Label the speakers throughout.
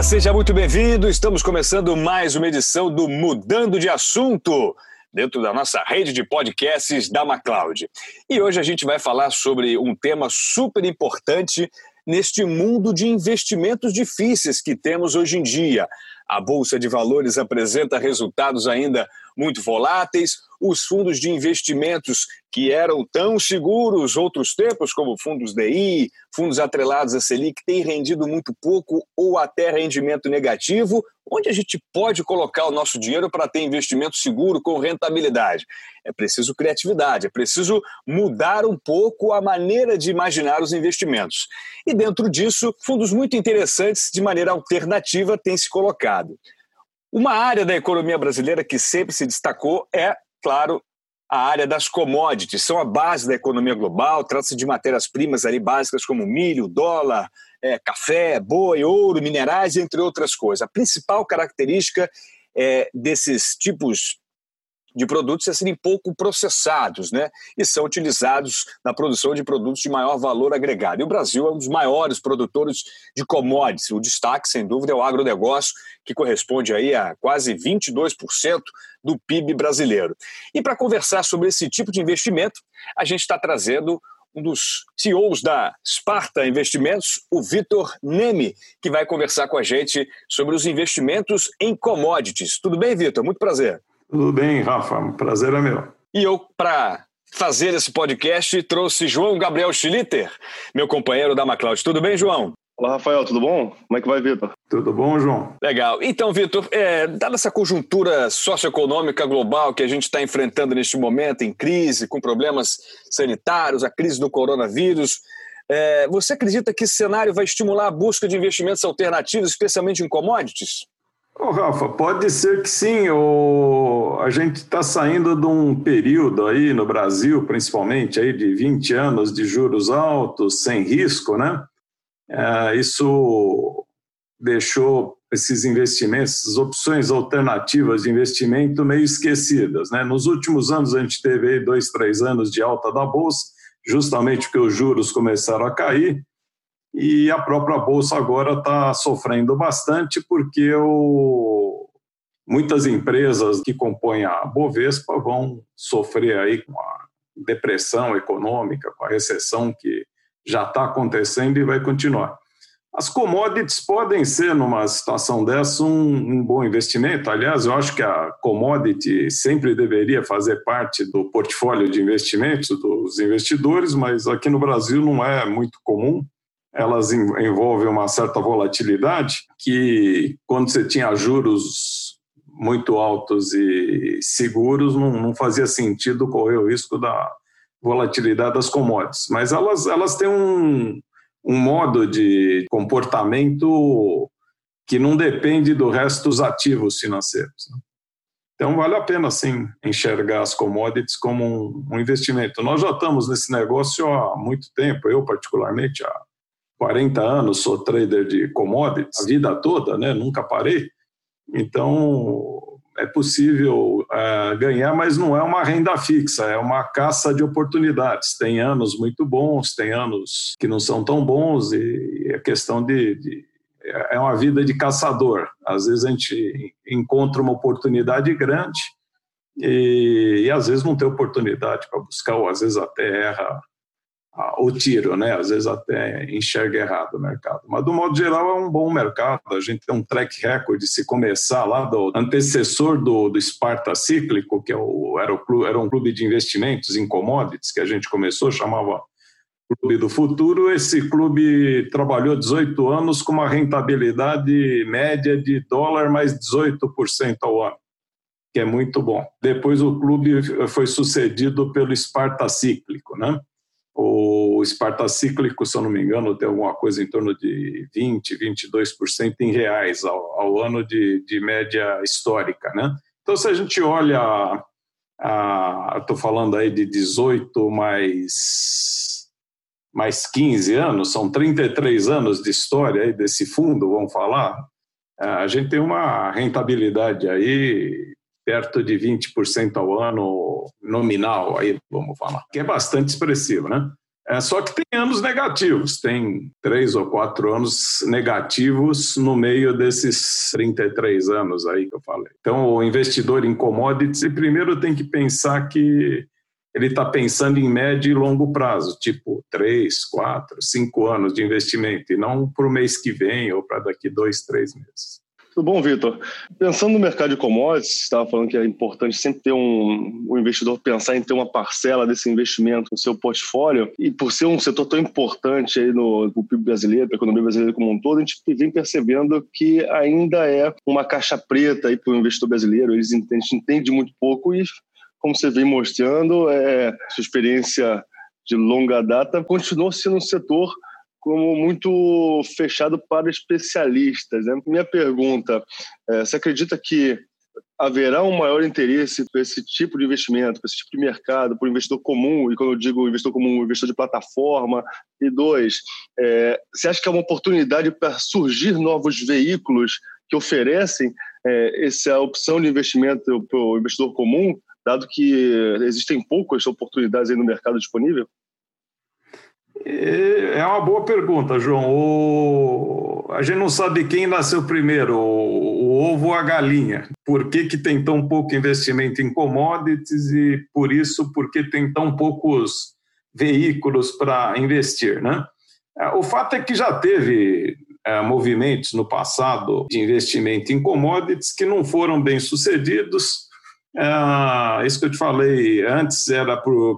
Speaker 1: Olá, seja muito bem-vindo. Estamos começando mais uma edição do Mudando de Assunto, dentro da nossa rede de podcasts da MacLeod. E hoje a gente vai falar sobre um tema super importante neste mundo de investimentos difíceis que temos hoje em dia. A Bolsa de Valores apresenta resultados ainda muito voláteis, os fundos de investimentos que eram tão seguros outros tempos, como fundos DI, fundos atrelados à Selic, têm rendido muito pouco ou até rendimento negativo. Onde a gente pode colocar o nosso dinheiro para ter investimento seguro com rentabilidade? É preciso criatividade, é preciso mudar um pouco a maneira de imaginar os investimentos. E dentro disso, fundos muito interessantes de maneira alternativa têm se colocado. Uma área da economia brasileira que sempre se destacou é, claro, a área das commodities. São a base da economia global, trata-se de matérias-primas ali básicas como milho, dólar, café, boi, ouro, minerais, entre outras coisas. A principal característica desses tipos de produtos é serem pouco processados, né? E são utilizados na produção de produtos de maior valor agregado. E o Brasil é um dos maiores produtores de commodities. O destaque, sem dúvida, é o agronegócio, que corresponde aí a quase 22% do PIB brasileiro. E para conversar sobre esse tipo de investimento, a gente está trazendo um dos CEOs da Sparta Investimentos, o Vitor Nemi, que vai conversar com a gente sobre os investimentos em commodities. Tudo bem, Vitor? Muito prazer.
Speaker 2: Tudo bem, Rafa. O prazer é meu.
Speaker 1: E eu, para fazer esse podcast, trouxe João Gabriel Schlitter, meu companheiro da MacLeod. Tudo bem, João?
Speaker 3: Olá, Rafael. Tudo bom? Como é que vai, Vitor?
Speaker 2: Tudo bom, João?
Speaker 1: Legal. Então, Vitor, dada essa conjuntura socioeconômica global que a gente está enfrentando neste momento, em crise, com problemas sanitários, a crise do coronavírus, você acredita que esse cenário vai estimular a busca de investimentos alternativos, especialmente em commodities?
Speaker 2: Rafa, pode ser que sim. A gente está saindo de um período aí no Brasil, principalmente aí de 20 anos de juros altos, sem risco, né? Isso deixou esses investimentos, essas opções alternativas de investimento meio esquecidas, né? Nos últimos anos a gente teve aí 2, 3 anos de alta da Bolsa, justamente porque os juros começaram a cair. E a própria Bolsa agora está sofrendo bastante porque muitas empresas que compõem a Bovespa vão sofrer aí com a depressão econômica, com a recessão que já está acontecendo e vai continuar. As commodities podem ser, numa situação dessa, um bom investimento. Aliás, eu acho que a commodity sempre deveria fazer parte do portfólio de investimentos dos investidores, mas aqui no Brasil não é muito comum. Elas envolvem uma certa volatilidade que, quando você tinha juros muito altos e seguros, não fazia sentido correr o risco da volatilidade das commodities. Mas elas têm um modo de comportamento que não depende do resto dos ativos financeiros, né? Então, vale a pena, sim, enxergar as commodities como um investimento. Nós já estamos nesse negócio há muito tempo, eu particularmente há 40 anos sou trader de commodities, a vida toda, né? Nunca parei. Então, é possível ganhar, mas não é uma renda fixa, é uma caça de oportunidades. Tem anos muito bons, tem anos que não são tão bons, e é questão é uma vida de caçador. Às vezes a gente encontra uma oportunidade grande e às vezes não tem oportunidade para buscar, ou às vezes até erra o tiro, né? Às vezes até enxerga errado o mercado. Mas, do modo geral, é um bom mercado. A gente tem um track record de se começar lá do antecessor do Sparta Cíclico, que era um clube de investimentos em commodities, que a gente começou, chamava Clube do Futuro. Esse clube trabalhou 18 anos com uma rentabilidade média de dólar mais 18% ao ano, que é muito bom. Depois o clube foi sucedido pelo Sparta Cíclico, né? O Sparta Cíclico, se eu não me engano, tem alguma coisa em torno de 20%, 22% em reais ao ano de média histórica, né? Então, se a gente olha, estou falando aí de 18 mais 15 anos, são 33 anos de história aí desse fundo, vamos falar, a gente tem uma rentabilidade aí perto de 20% ao ano nominal, aí, vamos falar, que é bastante expressivo, né? Só que tem anos negativos, tem 3 ou 4 anos negativos no meio desses 33 anos aí que eu falei. Então, o investidor em commodities, primeiro tem que pensar que ele está pensando em médio e longo prazo, tipo 3, 4, 5 anos de investimento, e não para o mês que vem ou para daqui 2, 3 meses.
Speaker 3: Tudo bom, Vitor? Pensando no mercado de commodities, você estava falando que é importante sempre ter o investidor pensar em ter uma parcela desse investimento no seu portfólio, e por ser um setor tão importante aí no PIB brasileiro, para a economia brasileira como um todo, a gente vem percebendo que ainda é uma caixa preta para o investidor brasileiro. A gente entende muito pouco e, como você vem mostrando, sua experiência de longa data continua sendo um setor como muito fechado para especialistas, né? Minha pergunta, você acredita que haverá um maior interesse por esse tipo de investimento, por esse tipo de mercado, por investidor comum, e quando eu digo investidor comum, investidor de plataforma? E 2, você acha que é uma oportunidade para surgir novos veículos que oferecem essa opção de investimento para o investidor comum, dado que existem poucas oportunidades aí no mercado disponível?
Speaker 2: É uma boa pergunta, João. A gente não sabe quem nasceu primeiro, o ovo ou a galinha. Por que tem tão pouco investimento em commodities e, por isso, por que tem tão poucos veículos para investir, né? O fato é que já teve movimentos no passado de investimento em commodities que não foram bem sucedidos. Isso que eu te falei antes era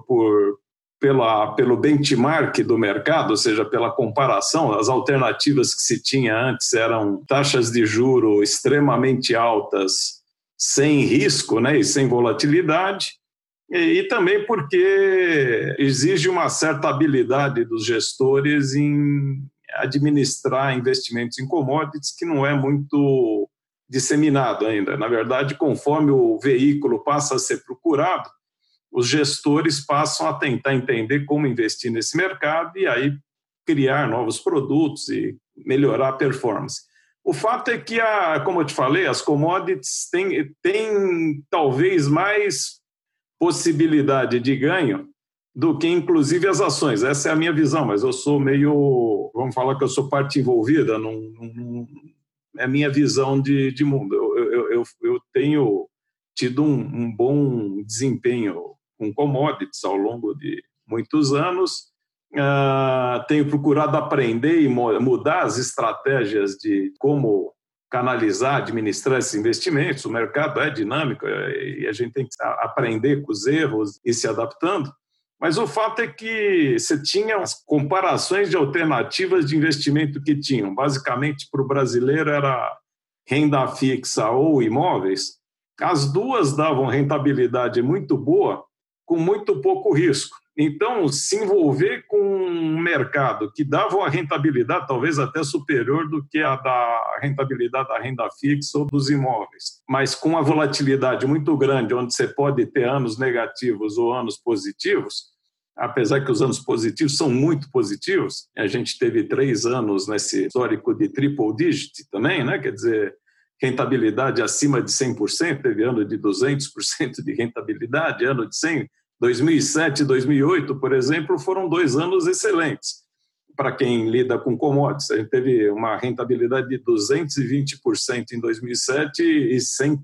Speaker 2: pelo benchmark do mercado, ou seja, pela comparação. As alternativas que se tinha antes eram taxas de juro extremamente altas, sem risco, né, e sem volatilidade, e também porque exige uma certa habilidade dos gestores em administrar investimentos em commodities, que não é muito disseminado ainda. Na verdade, conforme o veículo passa a ser procurado, os gestores passam a tentar entender como investir nesse mercado e aí criar novos produtos e melhorar a performance. O fato é que, como eu te falei, as commodities têm talvez mais possibilidade de ganho do que, inclusive, as ações. Essa é a minha visão, mas eu sou meio... Vamos falar que eu sou parte envolvida, é a minha visão de mundo. Eu tenho tido um bom desempenho com commodities ao longo de muitos anos, tenho procurado aprender e mudar as estratégias de como canalizar, administrar esses investimentos. O mercado é dinâmico e a gente tem que aprender com os erros e se adaptando, mas o fato é que você tinha as comparações de alternativas de investimento que tinham. Basicamente, para o brasileiro era renda fixa ou imóveis. As duas davam rentabilidade muito boa, com muito pouco risco. Então, se envolver com um mercado que dava uma rentabilidade talvez até superior do que a da rentabilidade da renda fixa ou dos imóveis, mas com uma volatilidade muito grande, onde você pode ter anos negativos ou anos positivos, apesar que os anos positivos são muito positivos, a gente teve 3 anos nesse histórico de triple digit também, né? Quer dizer, rentabilidade acima de 100%, teve ano de 200% de rentabilidade, ano de 100%. 2007 e 2008, por exemplo, foram 2 anos excelentes para quem lida com commodities. A gente teve uma rentabilidade de 220% em 2007 e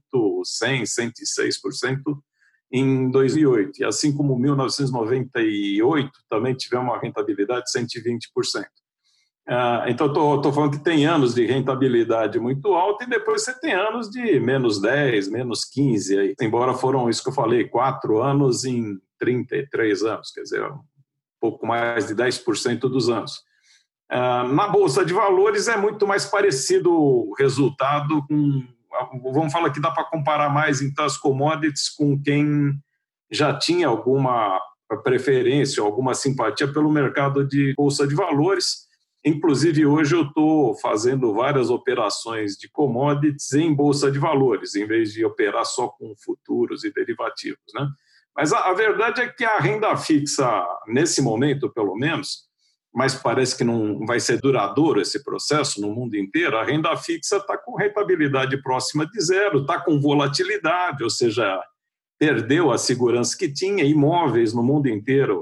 Speaker 2: 106% em 2008. E assim como 1998, também tivemos uma rentabilidade de 120%. Então, estou falando que tem anos de rentabilidade muito alta e depois você tem anos de menos 10, menos 15, aí. Embora foram, isso que eu falei, 4 anos em 33 anos, quer dizer, um pouco mais de 10% dos anos. Na Bolsa de Valores é muito mais parecido o resultado com... Vamos falar que dá para comparar mais, então, as commodities com quem já tinha alguma preferência, alguma simpatia pelo mercado de Bolsa de Valores. Inclusive, hoje eu estou fazendo várias operações de commodities em Bolsa de Valores, em vez de operar só com futuros e derivativos, né? Mas a verdade é que a renda fixa, nesse momento, pelo menos, mas parece que não vai ser duradouro esse processo no mundo inteiro, a renda fixa está com rentabilidade próxima de zero, está com volatilidade, ou seja, perdeu a segurança que tinha. Imóveis no mundo inteiro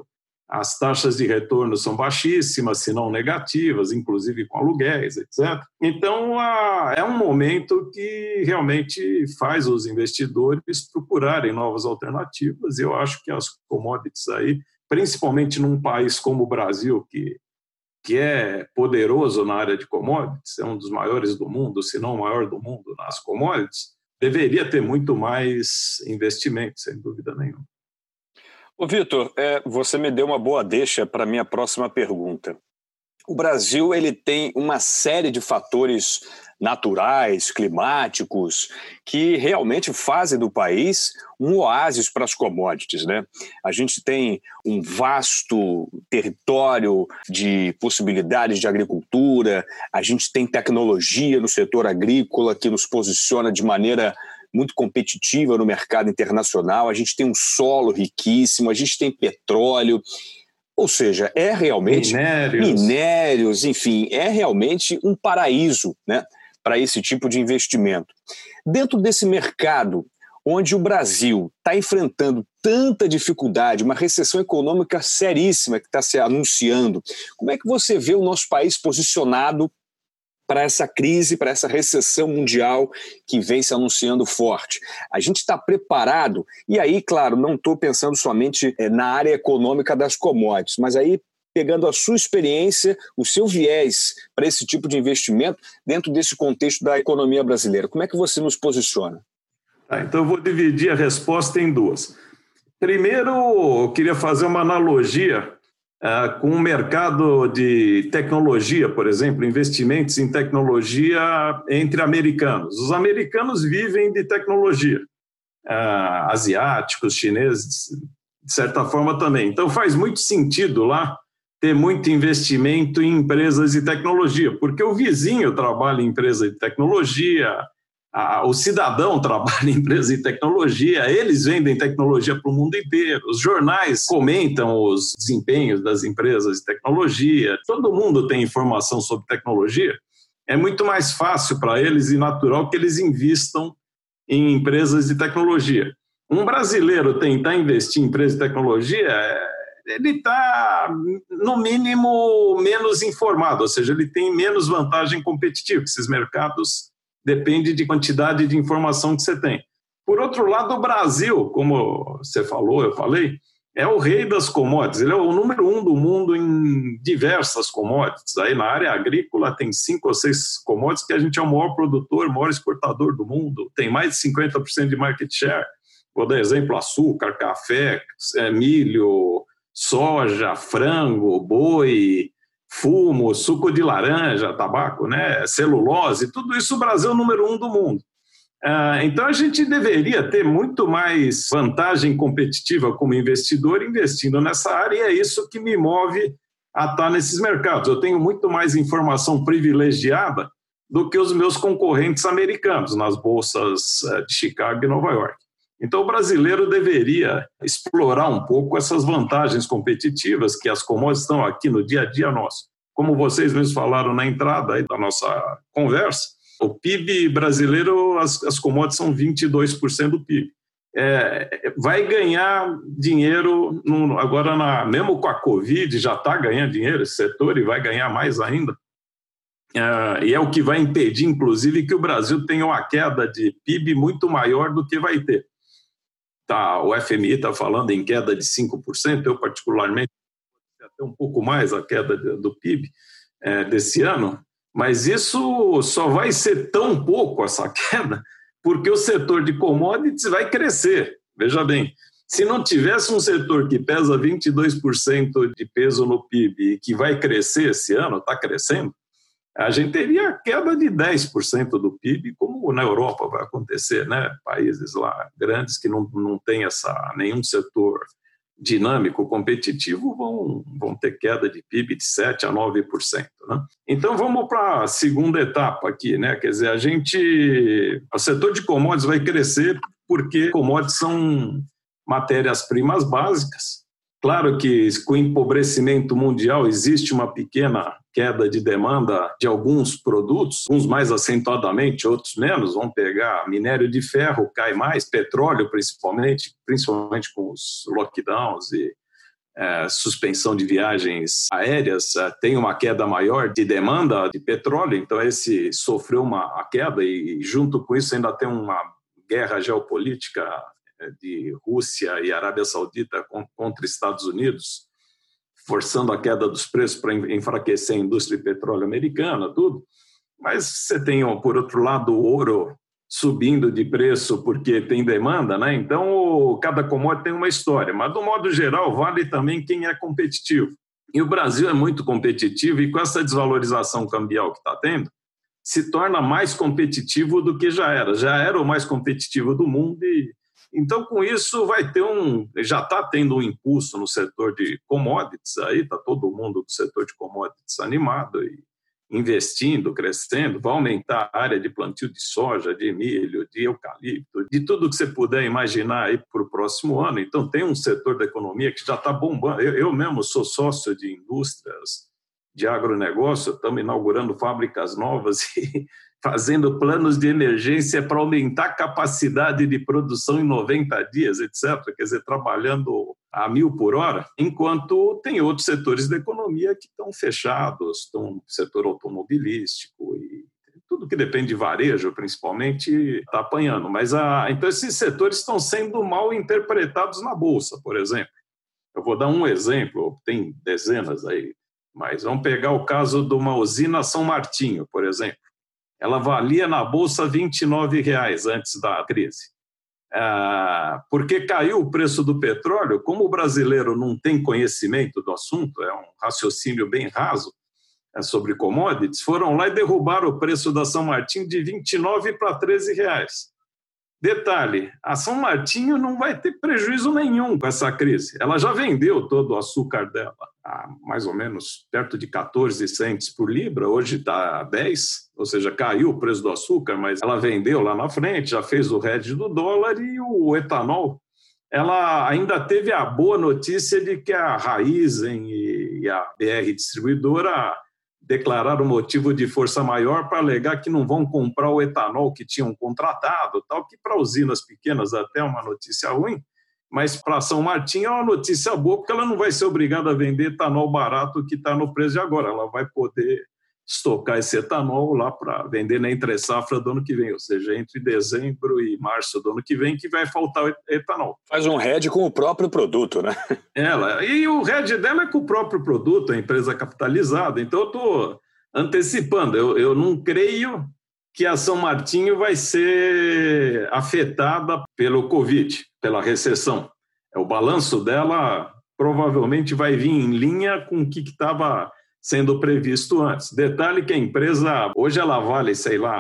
Speaker 2: as taxas de retorno são baixíssimas, se não negativas, inclusive com aluguéis, etc. Então, é um momento que realmente faz os investidores procurarem novas alternativas. Eu acho que as commodities aí, principalmente num país como o Brasil, que é poderoso na área de commodities, é um dos maiores do mundo, se não o maior do mundo nas commodities, deveria ter muito mais investimento, sem dúvida nenhuma.
Speaker 1: Ô, Vitor, você me deu uma boa deixa para a minha próxima pergunta. O Brasil ele tem uma série de fatores naturais, climáticos, que realmente fazem do país um oásis para as commodities, né? A gente tem um vasto território de possibilidades de agricultura, a gente tem tecnologia no setor agrícola que nos posiciona de maneira muito competitiva no mercado internacional, a gente tem um solo riquíssimo, a gente tem petróleo, ou seja, é realmente minérios, enfim, é realmente um paraíso, né, para esse tipo de investimento. Dentro desse mercado, onde o Brasil está enfrentando tanta dificuldade, uma recessão econômica seríssima que está se anunciando, como é que você vê o nosso país posicionado para essa crise, para essa recessão mundial que vem se anunciando forte? A gente está preparado? E aí, claro, não estou pensando somente na área econômica das commodities, mas aí pegando a sua experiência, o seu viés para esse tipo de investimento dentro desse contexto da economia brasileira. Como é que você nos posiciona?
Speaker 2: Então eu vou dividir a resposta em duas. Primeiro, eu queria fazer uma analogia com o mercado de tecnologia, por exemplo, investimentos em tecnologia entre americanos. Os americanos vivem de tecnologia, asiáticos, chineses, de certa forma também. Então faz muito sentido lá ter muito investimento em empresas de tecnologia, porque o vizinho trabalha em empresa de tecnologia, o cidadão trabalha em empresa de tecnologia, eles vendem tecnologia para o mundo inteiro, os jornais comentam os desempenhos das empresas de tecnologia, todo mundo tem informação sobre tecnologia, é muito mais fácil para eles e natural que eles investam em empresas de tecnologia. Um brasileiro tentar investir em empresa de tecnologia, ele está, no mínimo, menos informado, ou seja, ele tem menos vantagem competitiva, esses mercados depende de quantidade de informação que você tem. Por outro lado, o Brasil, como você falou, eu falei, é o rei das commodities. Ele é o número 1 do mundo em diversas commodities. Aí na área agrícola tem 5 ou 6 commodities que a gente é o maior produtor, o maior exportador do mundo. Tem mais de 50% de market share. Vou dar exemplo, açúcar, café, milho, soja, frango, boi, fumo, suco de laranja, tabaco, né? Celulose, tudo isso o Brasil é o número 1 do mundo. Então a gente deveria ter muito mais vantagem competitiva como investidor investindo nessa área, e é isso que me move a estar nesses mercados. Eu tenho muito mais informação privilegiada do que os meus concorrentes americanos nas bolsas de Chicago e Nova York. Então o brasileiro deveria explorar um pouco essas vantagens competitivas que as commodities estão aqui no dia a dia nosso. Como vocês mesmos falaram na entrada aí da nossa conversa, o PIB brasileiro, as commodities são 22% do PIB. Vai ganhar dinheiro, agora mesmo com a Covid, já está ganhando dinheiro esse setor e vai ganhar mais ainda. E é o que vai impedir, inclusive, que o Brasil tenha uma queda de PIB muito maior do que vai ter. O FMI está falando em queda de 5%, eu particularmente até um pouco mais a queda do PIB desse ano, mas isso só vai ser tão pouco, essa queda, porque o setor de commodities vai crescer. Veja bem, se não tivesse um setor que pesa 22% de peso no PIB e que vai crescer esse ano, está crescendo, a gente teria queda de 10% do PIB, como na Europa vai acontecer, né? Países lá grandes que não têm nenhum setor dinâmico, competitivo, vão ter queda de PIB de 7% a 9%. Né? Então, vamos para a segunda etapa aqui, né? Quer dizer, o setor de commodities vai crescer porque commodities são matérias-primas básicas. Claro que com o empobrecimento mundial existe uma pequena queda de demanda de alguns produtos, uns mais acentuadamente, outros menos. Vamos pegar minério de ferro, cai mais, petróleo principalmente com os lockdowns e suspensão de viagens aéreas, tem uma queda maior de demanda de petróleo, então esse sofreu uma queda e junto com isso ainda tem uma guerra geopolítica de Rússia e Arábia Saudita contra Estados Unidos, forçando a queda dos preços para enfraquecer a indústria de petróleo americana, tudo. Mas você tem, por outro lado, o ouro subindo de preço porque tem demanda, né? Então, cada commodity tem uma história, mas, do modo geral, vale também quem é competitivo. E o Brasil é muito competitivo e, com essa desvalorização cambial que está tendo, se torna mais competitivo do que já era. Já era o mais competitivo do mundo e, então, com isso, vai ter já está tendo um impulso no setor de commodities, aí está todo mundo do setor de commodities animado e investindo, crescendo, vai aumentar a área de plantio de soja, de milho, de eucalipto, de tudo que você puder imaginar aí para o próximo ano. Então, tem um setor da economia que já está bombando. Eu mesmo sou sócio de indústrias de agronegócio, estamos inaugurando fábricas novas e fazendo planos de emergência para aumentar a capacidade de produção em 90 dias, etc. Quer dizer, trabalhando a 1.000 por hora, enquanto tem outros setores da economia que estão fechados, estão no setor automobilístico e tudo que depende de varejo, principalmente, está apanhando. Mas então esses setores estão sendo mal interpretados na Bolsa, por exemplo. Eu vou dar um exemplo, tem dezenas aí, mas vamos pegar o caso de uma usina São Martinho, por exemplo. Ela valia na Bolsa R$ 29,00 antes da crise. Porque caiu o preço do petróleo, como o brasileiro não tem conhecimento do assunto, é um raciocínio bem raso sobre commodities, foram lá e derrubaram o preço da São Martinho de R$ 29,00 para R$ 13,00. Detalhe, a São Martinho não vai ter prejuízo nenhum com essa crise. Ela já vendeu todo o açúcar dela a mais ou menos perto de 14 centes por libra, hoje está a 10, ou seja, caiu o preço do açúcar, mas ela vendeu lá na frente, já fez o hedge do dólar e o etanol. Ela ainda teve a boa notícia de que a Raízen e a BR Distribuidora declararam motivo de força maior para alegar que não vão comprar o etanol que tinham contratado, tal, que para usinas pequenas até é uma notícia ruim, mas para São Martinho é uma notícia boa, porque ela não vai ser obrigada a vender etanol barato que está no preço de agora, ela vai poder estocar esse etanol lá para vender na entre-safra do ano que vem, ou seja, entre dezembro e março do ano que vem, que vai faltar etanol.
Speaker 1: Faz um hedge com o próprio produto, né?
Speaker 2: E o hedge dela é com o próprio produto, a empresa capitalizada. Então, eu estou antecipando. Eu não creio que a São Martinho vai ser afetada pelo Covid, pela recessão. O balanço dela provavelmente vai vir em linha com o que estava sendo previsto antes. Detalhe que a empresa, hoje ela vale,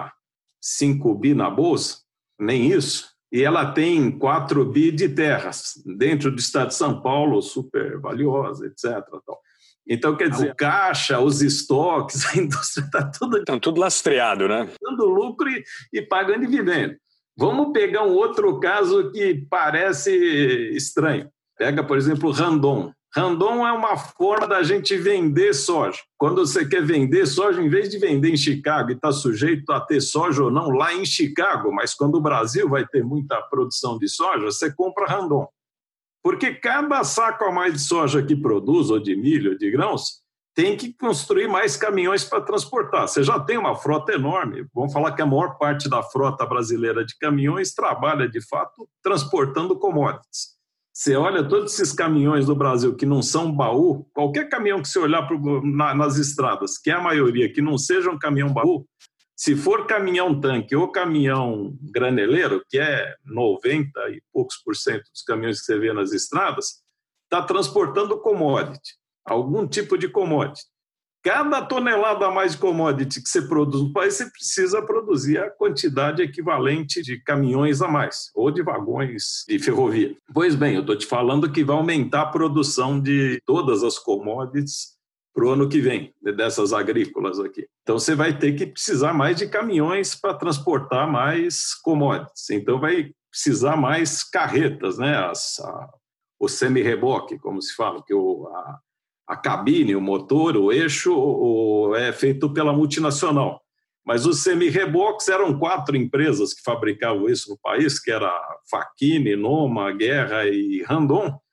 Speaker 2: 5 bi na Bolsa, nem isso, e ela tem 4 bi de terras dentro do estado de São Paulo, super valiosa, etc. Então, quer dizer, o caixa, os estoques, a indústria está
Speaker 1: tudo lastreado, né?
Speaker 2: Dando lucro e pagando dividendo. Vamos pegar um outro caso que parece estranho. Pega, por exemplo, Randon. Randon é uma forma da gente vender soja. Quando você quer vender soja, em vez de vender em Chicago e estar sujeito a ter soja ou não lá em Chicago, mas quando o Brasil vai ter muita produção de soja, você compra Randon. Porque cada saco a mais de soja que produz, ou de milho, ou de grãos, tem que construir mais caminhões para transportar. Você já tem uma frota enorme. Vamos falar que a maior parte da frota brasileira de caminhões trabalha, de fato, transportando commodities. Você olha todos esses caminhões do Brasil que não são baú, qualquer caminhão que você olhar nas estradas, que é a maioria, que não seja um caminhão baú, se for caminhão-tanque ou caminhão graneleiro, que é 90 e poucos % dos caminhões que você vê nas estradas, está transportando commodity, algum tipo de commodity. Cada tonelada a mais de commodity que você produz no país, você precisa produzir a quantidade equivalente de caminhões a mais, ou de vagões de ferrovia. Pois bem, eu estou te falando que vai aumentar a produção de todas as commodities para o ano que vem, dessas agrícolas aqui. Então, você vai ter que precisar mais de caminhões para transportar mais commodities. Então, vai precisar mais carretas, né? O semi-reboque, como se fala, que a cabine, o motor, o eixo é feito pela multinacional. Mas os semi-reboques eram 4 empresas que fabricavam isso no país, que era Facchini, Noma, Guerra e Randon.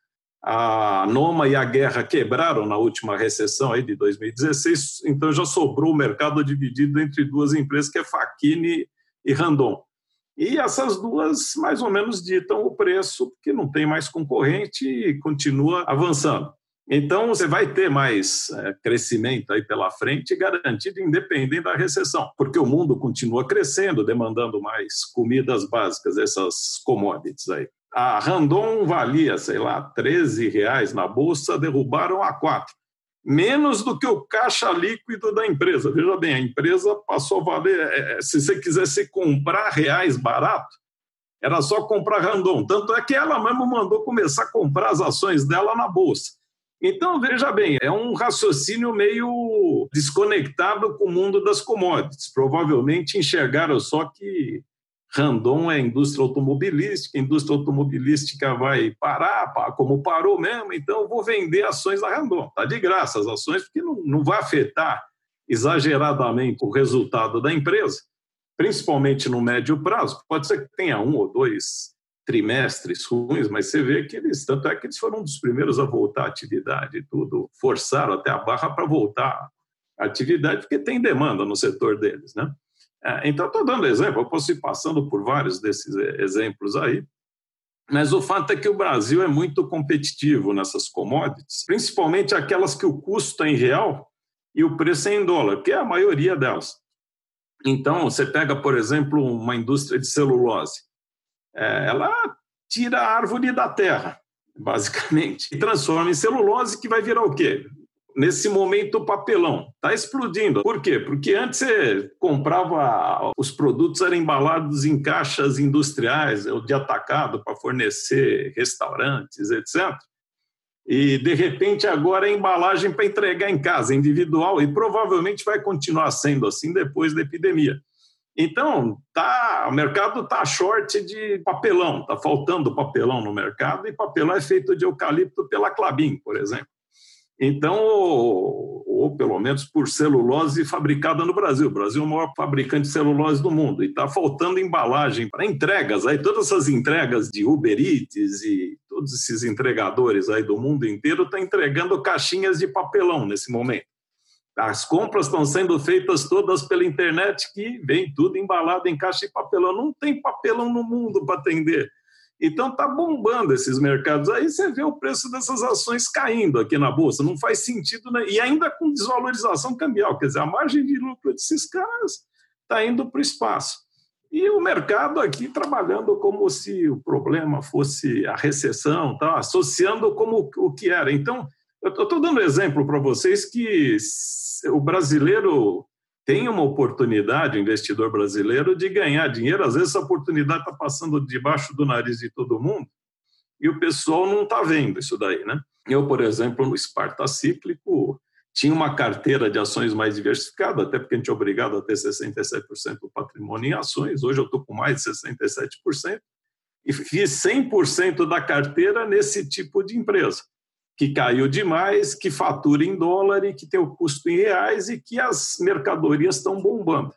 Speaker 2: A Noma e a Guerra quebraram na última recessão aí de 2016, então já sobrou o mercado dividido entre duas empresas, que é Facchini e Randon. E essas duas mais ou menos ditam o preço, porque não tem mais concorrente e continua avançando. Então, você vai ter mais crescimento aí pela frente, garantido, independente da recessão, porque o mundo continua crescendo, demandando mais comidas básicas, essas commodities aí. A Randon valia, sei lá, R$13 na bolsa, derrubaram a 4. Menos do que o caixa líquido da empresa. Veja bem, a empresa passou a valer... se você quisesse comprar reais barato, era só comprar Randon. Tanto é que ela mesmo mandou começar a comprar as ações dela na bolsa. Então, veja bem, é um raciocínio meio desconectado com o mundo das commodities. Provavelmente enxergaram só que Randon é indústria automobilística, a indústria automobilística vai parar, como parou mesmo, então eu vou vender ações da Randon. Está de graça as ações, porque não vai afetar exageradamente o resultado da empresa, principalmente no médio prazo. Pode ser que tenha 1 ou 2 trimestres ruins, mas você vê que tanto é que eles foram um dos primeiros a voltar à atividade, tudo, forçaram até a barra para voltar à atividade, porque tem demanda no setor deles, né? Então, estou dando exemplo, eu posso ir passando por vários desses exemplos aí, mas o fato é que o Brasil é muito competitivo nessas commodities, principalmente aquelas que o custo é em real e o preço é em dólar, que é a maioria delas. Então, você pega, por exemplo, uma indústria de celulose, ela tira a árvore da terra, basicamente, e transforma em celulose, que vai virar o quê? Nesse momento, o papelão está explodindo. Por quê? Porque antes você comprava, os produtos eram embalados em caixas industriais, de atacado, para fornecer restaurantes, etc. E, de repente, agora é embalagem para entregar em casa, individual, e provavelmente vai continuar sendo assim depois da epidemia. Então, o mercado está short de papelão, está faltando papelão no mercado, e papelão é feito de eucalipto pela Klabin, por exemplo. Então, ou pelo menos por celulose fabricada no Brasil. O Brasil é o maior fabricante de celulose do mundo e está faltando embalagem para entregas. Aí, todas essas entregas de Uber Eats e todos esses entregadores aí do mundo inteiro estão entregando caixinhas de papelão nesse momento. As compras estão sendo feitas todas pela internet, que vem tudo embalado em caixa de papelão. Não tem papelão no mundo para atender. Então, está bombando esses mercados. Aí você vê o preço dessas ações caindo aqui na Bolsa. Não faz sentido, né? E ainda com desvalorização cambial. Quer dizer, a margem de lucro desses caras está indo para o espaço. E o mercado aqui trabalhando como se o problema fosse a recessão, tá? Associando como o que era. Então, eu estou dando exemplo para vocês que o brasileiro tem uma oportunidade, o investidor brasileiro, de ganhar dinheiro. Às vezes, essa oportunidade está passando debaixo do nariz de todo mundo e o pessoal não está vendo isso daí, né? Eu, por exemplo, no Sparta Cíclico, tinha uma carteira de ações mais diversificada, até porque a gente é obrigado a ter 67% do patrimônio em ações. Hoje eu estou com mais de 67% e fiz 100% da carteira nesse tipo de empresa, que caiu demais, que fatura em dólar e que tem o custo em reais e que as mercadorias estão bombando.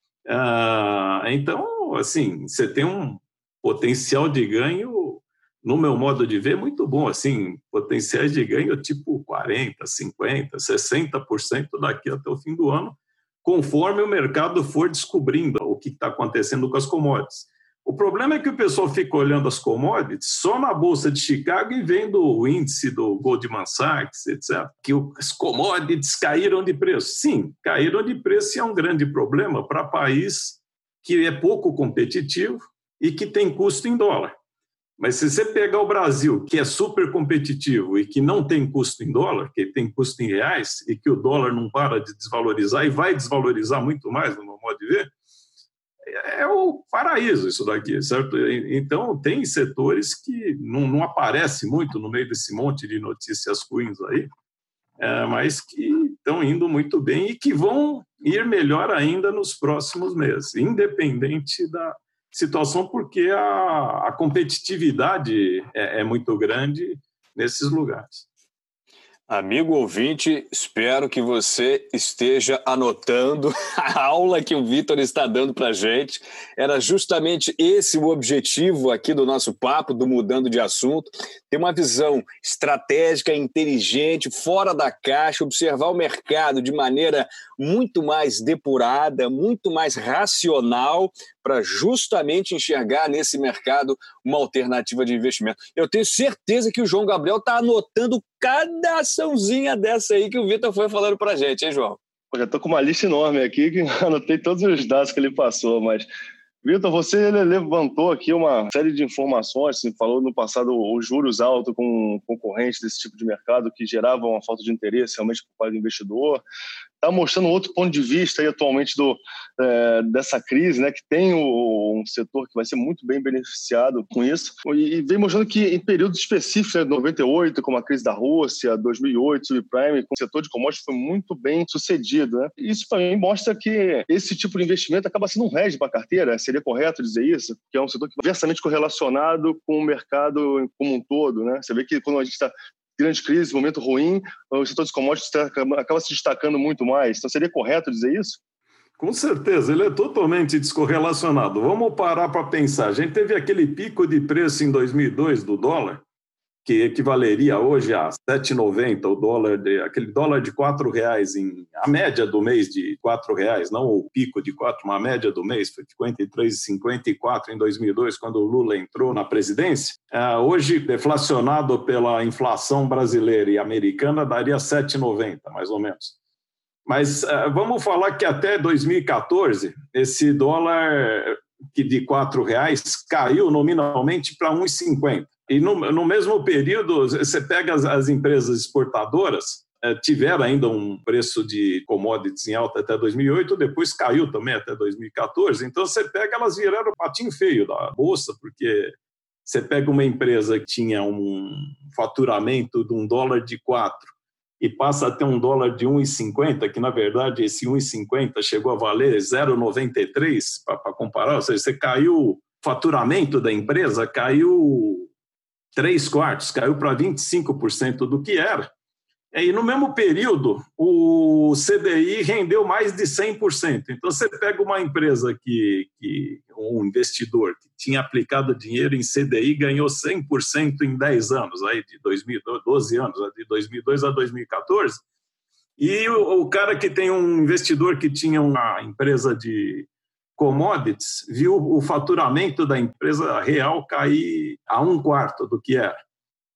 Speaker 2: Então, assim, você tem um potencial de ganho, no meu modo de ver, muito bom. Assim, potenciais de ganho tipo 40%, 50%, 60% daqui até o fim do ano, conforme o mercado for descobrindo o que está acontecendo com as commodities. O problema é que o pessoal fica olhando as commodities só na Bolsa de Chicago e vendo o índice do Goldman Sachs, etc., que as commodities caíram de preço. Sim, caíram de preço e é um grande problema para país que é pouco competitivo e que tem custo em dólar. Mas se você pegar o Brasil, que é super competitivo e que não tem custo em dólar, que tem custo em reais e que o dólar não para de desvalorizar e vai desvalorizar muito mais, no meu modo de ver, é o paraíso isso daqui, certo? Então, tem setores que não aparecem muito no meio desse monte de notícias ruins aí, mas que estão indo muito bem e que vão ir melhor ainda nos próximos meses, independente da situação, porque a competitividade é muito grande nesses lugares.
Speaker 1: Amigo ouvinte, espero que você esteja anotando a aula que o Vitor está dando para a gente. Era justamente esse o objetivo aqui do nosso papo, do Mudando de Assunto, ter uma visão estratégica, inteligente, fora da caixa, observar o mercado de maneira muito mais depurada, muito mais racional, para justamente enxergar nesse mercado uma alternativa de investimento. Eu tenho certeza que o João Gabriel está anotando cada açãozinha dessa aí que o Vitor foi falando para a gente, hein, João?
Speaker 3: Eu já estou com uma lista enorme aqui, que anotei todos os dados que ele passou, mas... Vitor, você levantou aqui uma série de informações, você falou no passado os juros altos com concorrentes desse tipo de mercado que geravam uma falta de interesse realmente por parte do investidor. Está mostrando outro ponto de vista aí atualmente dessa crise, né, que tem um setor que vai ser muito bem beneficiado com isso. E vem mostrando que em períodos específicos, né, 98, como a crise da Rússia, 2008, subprime, o setor de commodities foi muito bem sucedido. Né? Isso também mostra que esse tipo de investimento acaba sendo um hedge para a carteira. Seria correto dizer isso? Que é um setor que é inversamente correlacionado com o mercado como um todo. Né? Você vê que quando a gente está grande crise, momento ruim, o setor de commodities acaba se destacando muito mais. Então, seria correto dizer isso?
Speaker 2: Com certeza, ele é totalmente descorrelacionado. Vamos parar para pensar. A gente teve aquele pico de preço em 2002 do dólar, que equivaleria hoje a 7,90 o dólar, aquele dólar de R$4, a média do mês de R$4, não o pico de 4, uma média do mês, foi 53,54 em 2002, quando o Lula entrou na presidência. Hoje, deflacionado pela inflação brasileira e americana, daria 7,90, mais ou menos. Mas vamos falar que até 2014, esse dólar que de R$4 caiu nominalmente para 1,50. E no mesmo período, você pega as empresas exportadoras, tiveram ainda um preço de commodities em alta até 2008, depois caiu também até 2014. Então, você pega, elas viraram o patinho feio da bolsa, porque você pega uma empresa que tinha um faturamento de $1 de 4 e passa a ter $1 de 1,50, que, na verdade, esse 1,50 chegou a valer 0,93, para comparar. Ou seja, você caiu, o faturamento da empresa caiu 3/4, caiu para 25% do que era. E no mesmo período, o CDI rendeu mais de 100%. Então, você pega uma empresa um investidor que tinha aplicado dinheiro em CDI ganhou 100% em 10 anos, aí de 12 anos, de 2002 a 2014. E o cara que tem um investidor que tinha uma empresa de commodities, viu o faturamento da empresa real cair a 1/4 do que era.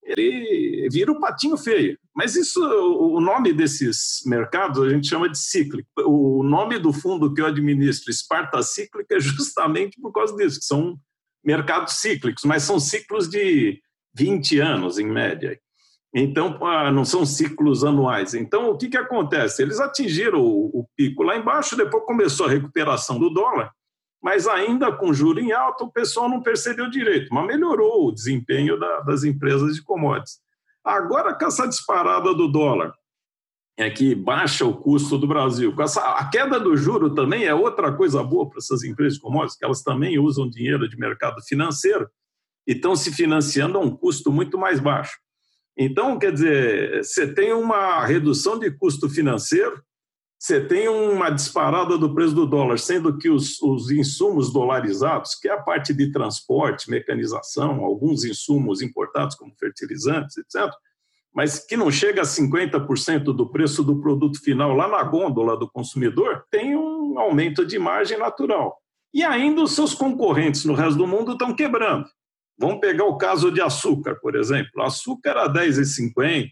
Speaker 2: Ele vira o patinho feio. Mas isso, o nome desses mercados a gente chama de cíclico. O nome do fundo que eu administro, Sparta Cíclica, é justamente por causa disso, que são mercados cíclicos, mas são ciclos de 20 anos, em média. Então, não são ciclos anuais. Então, o que acontece? Eles atingiram o pico lá embaixo, depois começou a recuperação do dólar, mas ainda com juro em alta, o pessoal não percebeu direito, mas melhorou o desempenho das empresas de commodities. Agora, com essa disparada do dólar, que baixa o custo do Brasil, a queda do juro também é outra coisa boa para essas empresas de commodities, que elas também usam dinheiro de mercado financeiro e estão se financiando a um custo muito mais baixo. Então, quer dizer, você tem uma redução de custo financeiro, você tem uma disparada do preço do dólar, sendo que os insumos dolarizados, que é a parte de transporte, mecanização, alguns insumos importados como fertilizantes, etc., mas que não chega a 50% do preço do produto final lá na gôndola do consumidor, tem um aumento de margem natural. E ainda os seus concorrentes no resto do mundo estão quebrando. Vamos pegar o caso de açúcar, por exemplo. O açúcar a 10,50,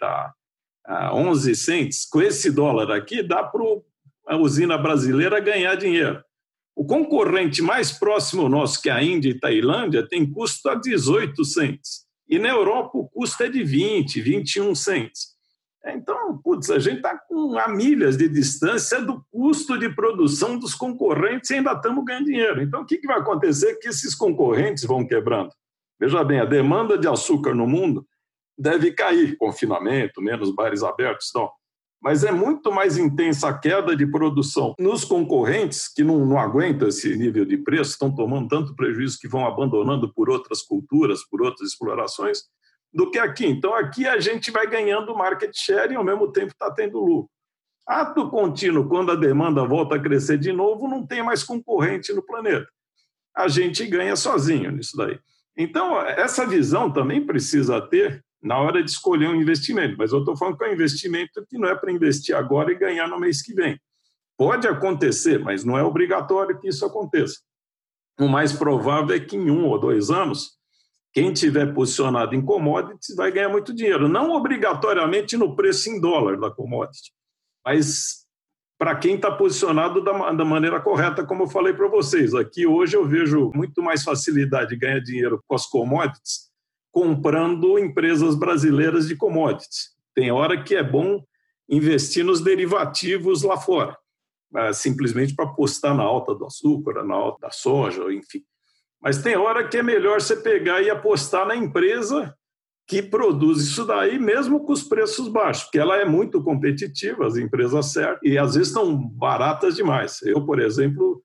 Speaker 2: a 11 cents. Com esse dólar aqui, dá para a usina brasileira ganhar dinheiro. O concorrente mais próximo nosso, que é a Índia e Tailândia, tem custo a 18 cents. E na Europa o custo é de 20, 21 cents. Então, a gente está a milhas de distância do custo de produção dos concorrentes e ainda estamos ganhando dinheiro. Então, o que vai acontecer? Que esses concorrentes vão quebrando. Veja bem, a demanda de açúcar no mundo deve cair, confinamento, menos bares abertos e tal. Mas é muito mais intensa a queda de produção nos concorrentes, que não aguentam esse nível de preço, estão tomando tanto prejuízo que vão abandonando por outras culturas, por outras explorações, do que aqui. Então, aqui a gente vai ganhando market share e, ao mesmo tempo, está tendo lucro. Ato contínuo, quando a demanda volta a crescer de novo, não tem mais concorrente no planeta. A gente ganha sozinho nisso daí. Então, essa visão também precisa ter na hora de escolher um investimento. Mas eu estou falando que é um investimento que não é para investir agora e ganhar no mês que vem. Pode acontecer, mas não é obrigatório que isso aconteça. O mais provável é que em 1 ou 2 anos, quem tiver posicionado em commodities vai ganhar muito dinheiro. Não obrigatoriamente no preço em dólar da commodity, mas para quem está posicionado da maneira correta, como eu falei para vocês. Aqui hoje eu vejo muito mais facilidade de ganhar dinheiro com as commodities comprando empresas brasileiras de commodities. Tem hora que é bom investir nos derivativos lá fora, simplesmente para apostar na alta do açúcar, na alta da soja, enfim. Mas tem hora que é melhor você pegar e apostar na empresa que produz isso daí, mesmo com os preços baixos, porque ela é muito competitiva, as empresas certas, e às vezes estão baratas demais. Eu, por exemplo,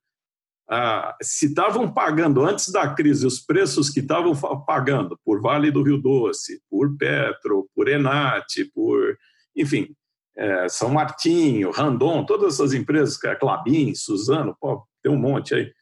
Speaker 2: se estavam pagando antes da crise os preços que estavam pagando por Vale do Rio Doce, por Petro, por Enat, enfim, São Martinho, Randon, todas essas empresas, Klabin, Suzano, tem um monte aí.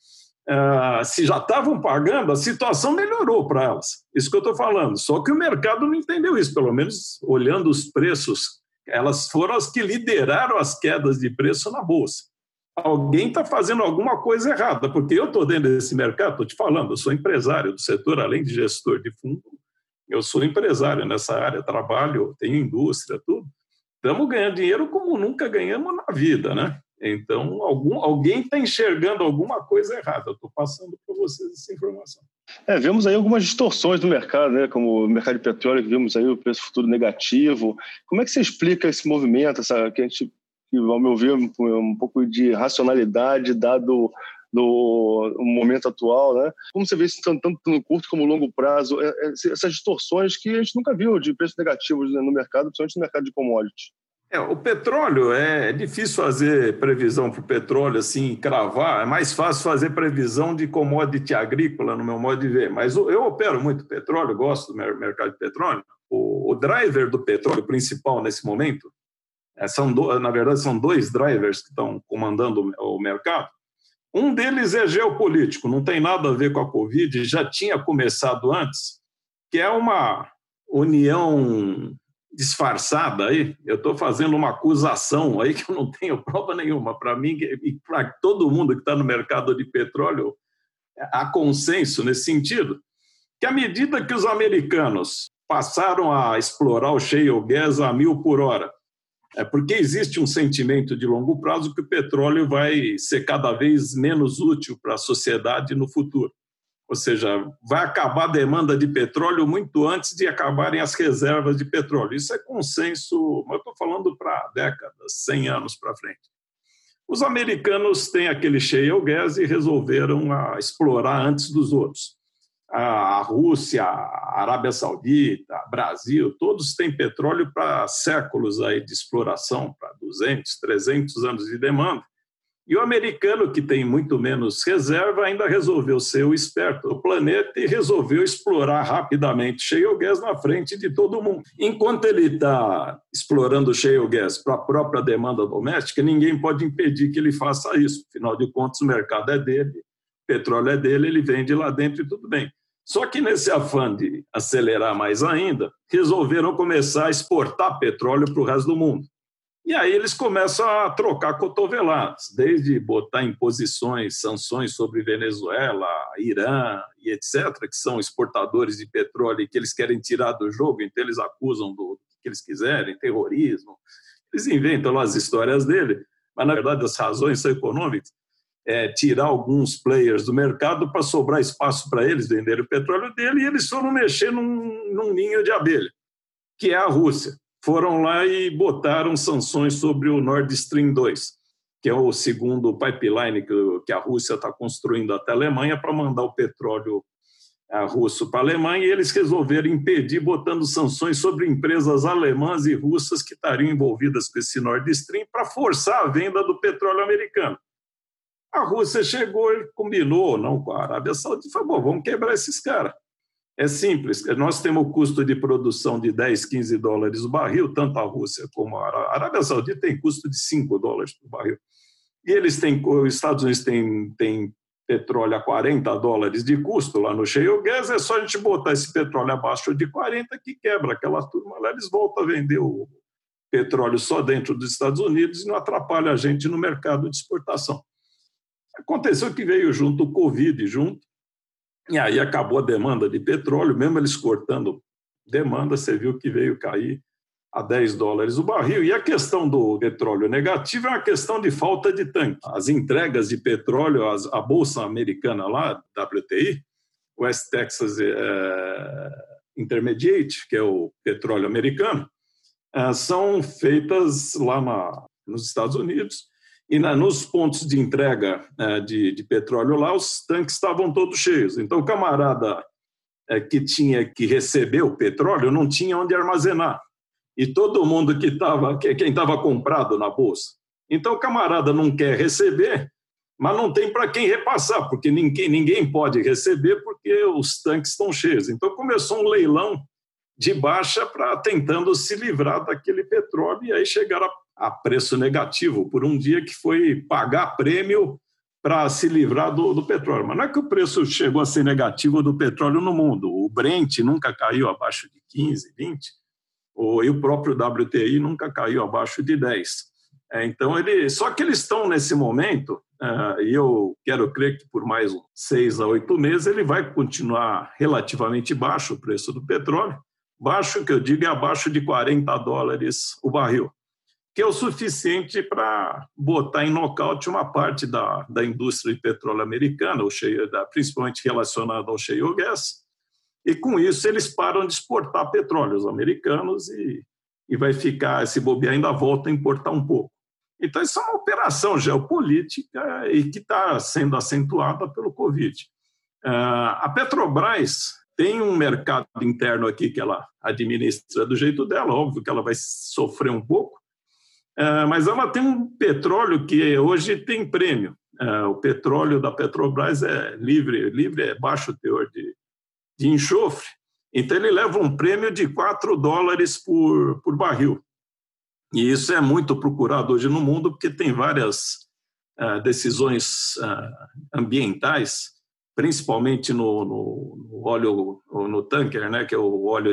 Speaker 2: Se já estavam pagando, a situação melhorou para elas. Isso que eu estou falando. Só que o mercado não entendeu isso. Pelo menos, olhando os preços, elas foram as que lideraram as quedas de preço na Bolsa. Alguém está fazendo alguma coisa errada, porque eu estou dentro desse mercado, estou te falando, eu sou empresário do setor, além de gestor de fundo, eu sou empresário nessa área, trabalho, tenho indústria, tudo. Estamos ganhando dinheiro como nunca ganhamos na vida, né? Então, alguém está enxergando alguma coisa errada. Eu estou passando para vocês essa informação.
Speaker 3: Vemos aí algumas distorções do mercado, né? Como o mercado de petróleo, que vimos aí o preço futuro negativo. Como é que você explica esse movimento, que ao meu ver, um pouco de racionalidade, dado no momento atual, né? Como você vê isso tanto no curto como no longo prazo, essas distorções que a gente nunca viu de preços negativos, né, no mercado, principalmente no mercado de commodities?
Speaker 2: O petróleo, é difícil fazer previsão para o petróleo, assim, cravar. É mais fácil fazer previsão de commodity agrícola, no meu modo de ver. Mas eu opero muito petróleo, gosto do mercado de petróleo. O driver do petróleo principal nesse momento, na verdade, são 2 drivers que estão comandando o mercado. Um deles é geopolítico, não tem nada a ver com a Covid, já tinha começado antes, que é uma união disfarçada aí. Eu estou fazendo uma acusação aí que eu não tenho prova nenhuma. Para mim e para todo mundo que está no mercado de petróleo, há consenso nesse sentido, que à medida que os americanos passaram a explorar o shale gas a 1.000 por hora, porque existe um sentimento de longo prazo que o petróleo vai ser cada vez menos útil para a sociedade no futuro. Ou seja, vai acabar a demanda de petróleo muito antes de acabarem as reservas de petróleo. Isso é consenso, mas eu estou falando para décadas, 100 anos para frente. Os americanos têm aquele shale gas e resolveram explorar antes dos outros. A Rússia, a Arábia Saudita, Brasil, todos têm petróleo para séculos aí de exploração, para 200, 300 anos de demanda. E o americano, que tem muito menos reserva, ainda resolveu ser o esperto do planeta e resolveu explorar rapidamente shale gas na frente de todo mundo. Enquanto ele está explorando shale gas para a própria demanda doméstica, ninguém pode impedir que ele faça isso. Afinal de contas, o mercado é dele, o petróleo é dele, ele vende lá dentro e tudo bem. Só que nesse afã de acelerar mais ainda, resolveram começar a exportar petróleo para o resto do mundo. E aí eles começam a trocar cotoveladas, desde botar imposições, sanções sobre Venezuela, Irã e etc., que são exportadores de petróleo e que eles querem tirar do jogo, então eles acusam do que eles quiserem, terrorismo. Eles inventam lá as histórias dele, mas na verdade as razões são econômicas. Tirar alguns players do mercado para sobrar espaço para eles venderem o petróleo dele, e eles foram mexer num ninho de abelha, que é a Rússia. Foram lá e botaram sanções sobre o Nord Stream 2, que é o segundo pipeline que a Rússia está construindo até a Alemanha para mandar o petróleo russo para a Alemanha, e eles resolveram impedir, botando sanções sobre empresas alemãs e russas que estariam envolvidas com esse Nord Stream para forçar a venda do petróleo americano. A Rússia chegou e combinou não com a Arábia Saudita e falou, vamos quebrar esses caras. É simples, nós temos o custo de produção de 10, 15 dólares o barril, tanto a Rússia como a Arábia Saudita tem custo de 5 dólares por barril. E os Estados Unidos têm petróleo a 40 dólares de custo lá no shale gas, é só a gente botar esse petróleo abaixo de 40 que quebra aquela turma lá, eles voltam a vender o petróleo só dentro dos Estados Unidos e não atrapalha a gente no mercado de exportação. Aconteceu que veio junto o Covid, e aí acabou a demanda de petróleo, mesmo eles cortando demanda, você viu que veio cair a 10 dólares o barril. E a questão do petróleo negativo é uma questão de falta de tanque. As entregas de petróleo, a Bolsa Americana lá, WTI, West Texas Intermediate, que é o petróleo americano, são feitas lá nos Estados Unidos, e nos pontos de entrega de petróleo lá, os tanques estavam todos cheios. Então, o camarada que tinha que receber o petróleo não tinha onde armazenar. E todo mundo quem estava comprado na bolsa. Então, o camarada não quer receber, mas não tem para quem repassar, porque ninguém pode receber porque os tanques estão cheios. Então, começou um leilão de baixa tentando se livrar daquele petróleo e aí chegar a preço negativo por um dia, que foi pagar prêmio para se livrar do petróleo. Mas não é que o preço chegou a ser negativo do petróleo no mundo. O Brent nunca caiu abaixo de 15, 20, e o próprio WTI nunca caiu abaixo de 10. Então, só que eles estão nesse momento, e eu quero crer que por mais 6 a 8 meses ele vai continuar relativamente baixo o preço do petróleo. Baixo, que eu digo, é abaixo de 40 dólares o barril, que é o suficiente para botar em nocaute uma parte da indústria de petróleo americana, principalmente relacionada ao shale gas, e com isso eles param de exportar petróleo, os americanos, e vai ficar, se bobear, ainda volta a importar um pouco. Então, isso é uma operação geopolítica e que está sendo acentuada pelo Covid. A Petrobras tem um mercado interno aqui que ela administra do jeito dela, óbvio que ela vai sofrer um pouco, mas ela tem um petróleo que hoje tem prêmio. O petróleo da Petrobras é livre, é baixo teor de enxofre, então ele leva um prêmio de 4 dólares por barril. E isso é muito procurado hoje no mundo, porque tem várias decisões ambientais, principalmente no óleo, no tanker, né, que é o óleo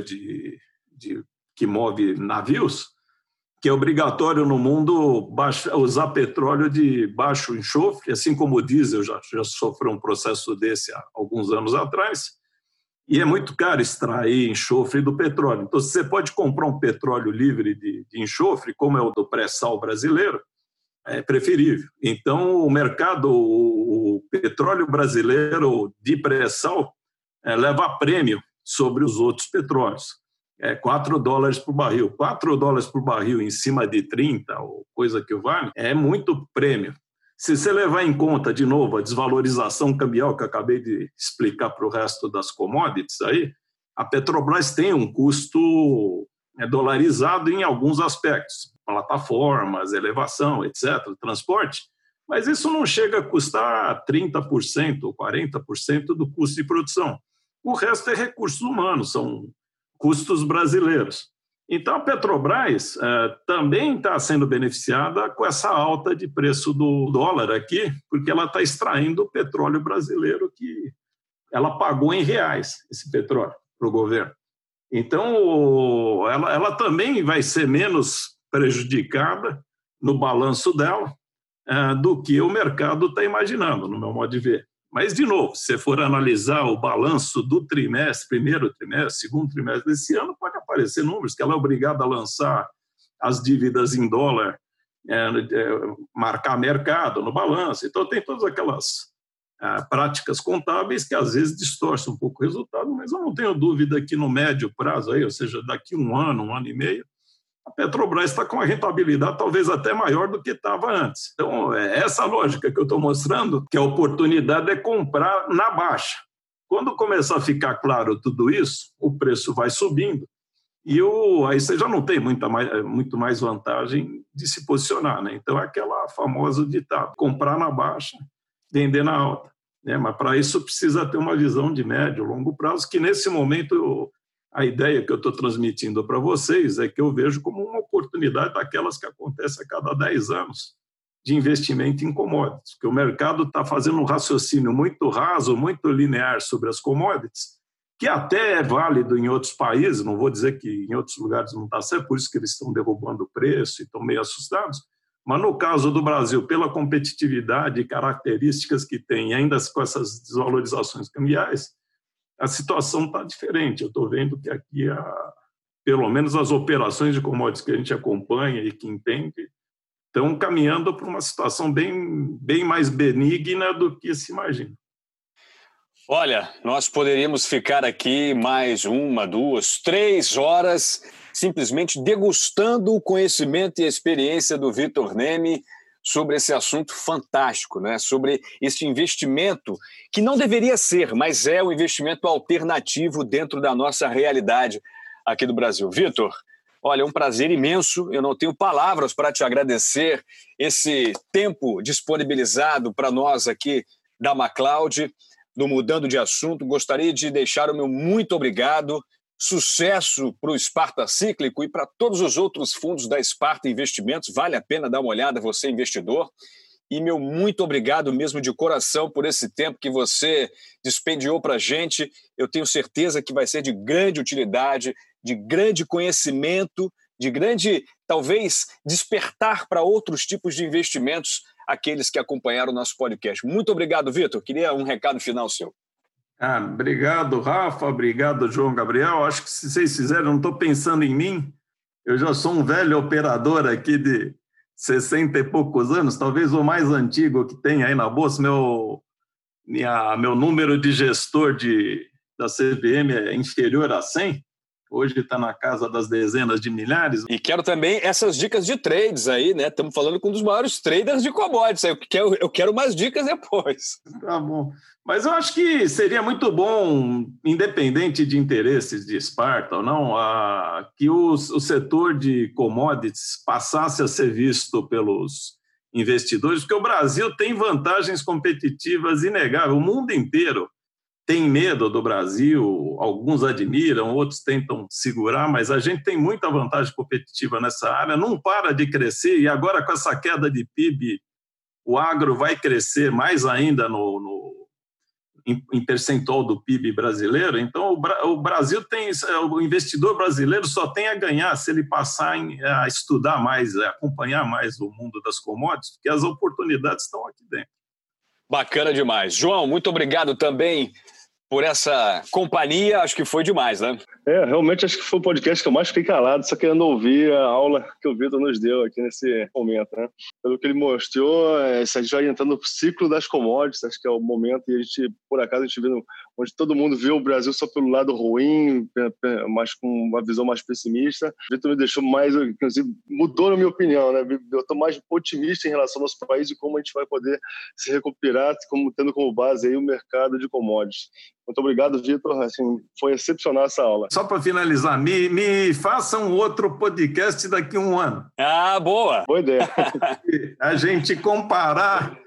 Speaker 2: que move navios, que é obrigatório no mundo usar petróleo de baixo enxofre, assim como o diesel já sofreu um processo desse há alguns anos atrás, e é muito caro extrair enxofre do petróleo. Então, se você pode comprar um petróleo livre de enxofre, como é o do pré-sal brasileiro, é preferível. Então, o mercado, o petróleo brasileiro de pré-sal leva prêmio sobre os outros petróleos. 4 dólares por barril. 4 dólares por barril em cima de 30, ou coisa que vale, é muito prêmio. Se você levar em conta, de novo, a desvalorização cambial que eu acabei de explicar para o resto das commodities, aí, a Petrobras tem um custo dolarizado em alguns aspectos, plataformas, elevação, etc., transporte, mas isso não chega a custar 30% ou 40% do custo de produção. O resto é recursos humanos, são custos brasileiros. Então, a Petrobras também está sendo beneficiada com essa alta de preço do dólar aqui, porque ela está extraindo o petróleo brasileiro que ela pagou em reais, esse petróleo, para o governo. Então, ela também vai ser menos prejudicada no balanço dela do que o mercado está imaginando, no meu modo de ver. Mas, de novo, se você for analisar o balanço do trimestre, primeiro trimestre, segundo trimestre desse ano, pode aparecer números que ela é obrigada a lançar as dívidas em dólar, marcar mercado no balanço. Então, tem todas aquelas práticas contábeis que, às vezes, distorcem um pouco o resultado, mas eu não tenho dúvida que, no médio prazo, aí, ou seja, daqui um ano e meio, a Petrobras está com uma rentabilidade talvez até maior do que estava antes. Então, é essa lógica que eu estou mostrando, que a oportunidade é comprar na baixa. Quando começar a ficar claro tudo isso, o preço vai subindo e aí você já não tem muito mais vantagem de se posicionar, né? Então, é aquela famosa ditado, comprar na baixa, vender na alta. né? Mas para isso precisa ter uma visão de médio e longo prazo, que nesse momento a ideia que eu estou transmitindo para vocês é que eu vejo como uma oportunidade daquelas que acontecem a cada 10 anos de investimento em commodities, porque o mercado está fazendo um raciocínio muito raso, muito linear sobre as commodities, que até é válido em outros países, não vou dizer que em outros lugares não está certo, por isso que eles estão derrubando o preço e estão meio assustados, mas no caso do Brasil, pela competitividade e características que tem, ainda com essas desvalorizações cambiais, a situação está diferente. Eu estou vendo que aqui, pelo menos as operações de commodities que a gente acompanha e que entende, estão caminhando para uma situação bem mais benigna do que se imagina.
Speaker 1: Olha, nós poderíamos ficar aqui mais 1, 2, 3 horas simplesmente degustando o conhecimento e a experiência do Vitor Neme sobre esse assunto fantástico, né? Sobre esse investimento que não deveria ser, mas é um investimento alternativo dentro da nossa realidade aqui do Brasil. Vitor, olha, é um prazer imenso, eu não tenho palavras para te agradecer esse tempo disponibilizado para nós aqui da MacLeod, no Mudando de Assunto. Gostaria de deixar o meu muito obrigado, sucesso para o Sparta Cíclico e para todos os outros fundos da Sparta Investimentos. Vale a pena dar uma olhada, você investidor. E meu muito obrigado mesmo de coração por esse tempo que você dispendiou para a gente. Eu tenho certeza que vai ser de grande utilidade, de grande conhecimento, de grande, talvez, despertar para outros tipos de investimentos aqueles que acompanharam o nosso podcast. Muito obrigado, Vitor. Queria um recado final seu.
Speaker 2: Obrigado, Rafa. Obrigado, João Gabriel. Acho que se vocês fizerem, não estou pensando em mim. Eu já sou um velho operador aqui de 60 e poucos anos, talvez o mais antigo que tem aí na Bolsa. Meu número de gestor da CVM é inferior a 100. Hoje está na casa das dezenas de milhares.
Speaker 1: E quero também essas dicas de trades aí, né? Estamos falando com um dos maiores traders de commodities. Eu quero mais dicas depois.
Speaker 2: Tá bom. Mas eu acho que seria muito bom, independente de interesses de Sparta ou não, que o setor de commodities passasse a ser visto pelos investidores, porque o Brasil tem vantagens competitivas inegáveis. O mundo inteiro tem medo do Brasil, alguns admiram, outros tentam segurar, mas a gente tem muita vantagem competitiva nessa área, não para de crescer, e agora com essa queda de PIB, o agro vai crescer mais ainda em percentual do PIB brasileiro. Então, o Brasil o investidor brasileiro só tem a ganhar se ele passar a estudar mais, a acompanhar mais o mundo das commodities, porque as oportunidades estão aqui dentro.
Speaker 1: Bacana demais. João, muito obrigado também por essa companhia. Acho que foi demais, né?
Speaker 3: Realmente acho que foi o podcast que eu mais fiquei calado, só querendo ouvir a aula que o Vitor nos deu aqui nesse momento, né? Pelo que ele mostrou, se a gente vai entrando no ciclo das commodities, acho que é o momento, e a gente, por acaso, a gente vê onde todo mundo vê o Brasil só pelo lado ruim, mas com uma visão mais pessimista. O Vitor me deixou mais, inclusive, mudou na minha opinião, né? Eu estou mais otimista em relação ao nosso país e como a gente vai poder se recuperar, tendo como base aí o mercado de commodities. Muito obrigado, Vitor. Assim, foi excepcional essa aula.
Speaker 2: Só para finalizar, me faça um outro podcast daqui a um ano.
Speaker 1: Boa!
Speaker 3: Boa ideia.
Speaker 2: A gente comparar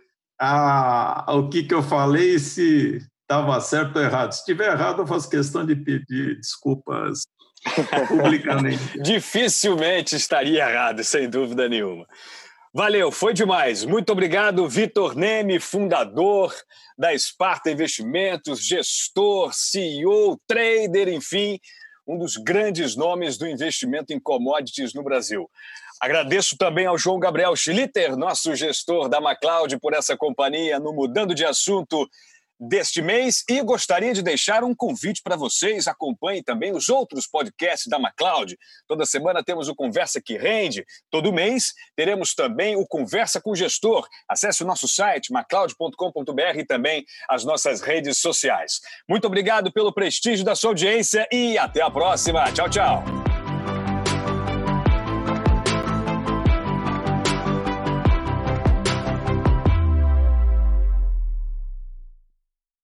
Speaker 2: o que eu falei, se estava certo ou errado. Se estiver errado, eu faço questão de pedir desculpas publicamente.
Speaker 1: Dificilmente estaria errado, sem dúvida nenhuma. Valeu, foi demais. Muito obrigado, Vitor Neme, fundador da Sparta Investimentos, gestor, CEO, trader, enfim, um dos grandes nomes do investimento em commodities no Brasil. Agradeço também ao João Gabriel Schlitter, nosso gestor da MacLeod, por essa companhia no Mudando de Assunto deste mês, e gostaria de deixar um convite para vocês. Acompanhem também os outros podcasts da MacLeod. Toda semana temos o Conversa que Rende. Todo mês teremos também o Conversa com o Gestor. Acesse o nosso site, macleod.com.br, e também as nossas redes sociais. Muito obrigado pelo prestígio da sua audiência e até a próxima. Tchau, tchau.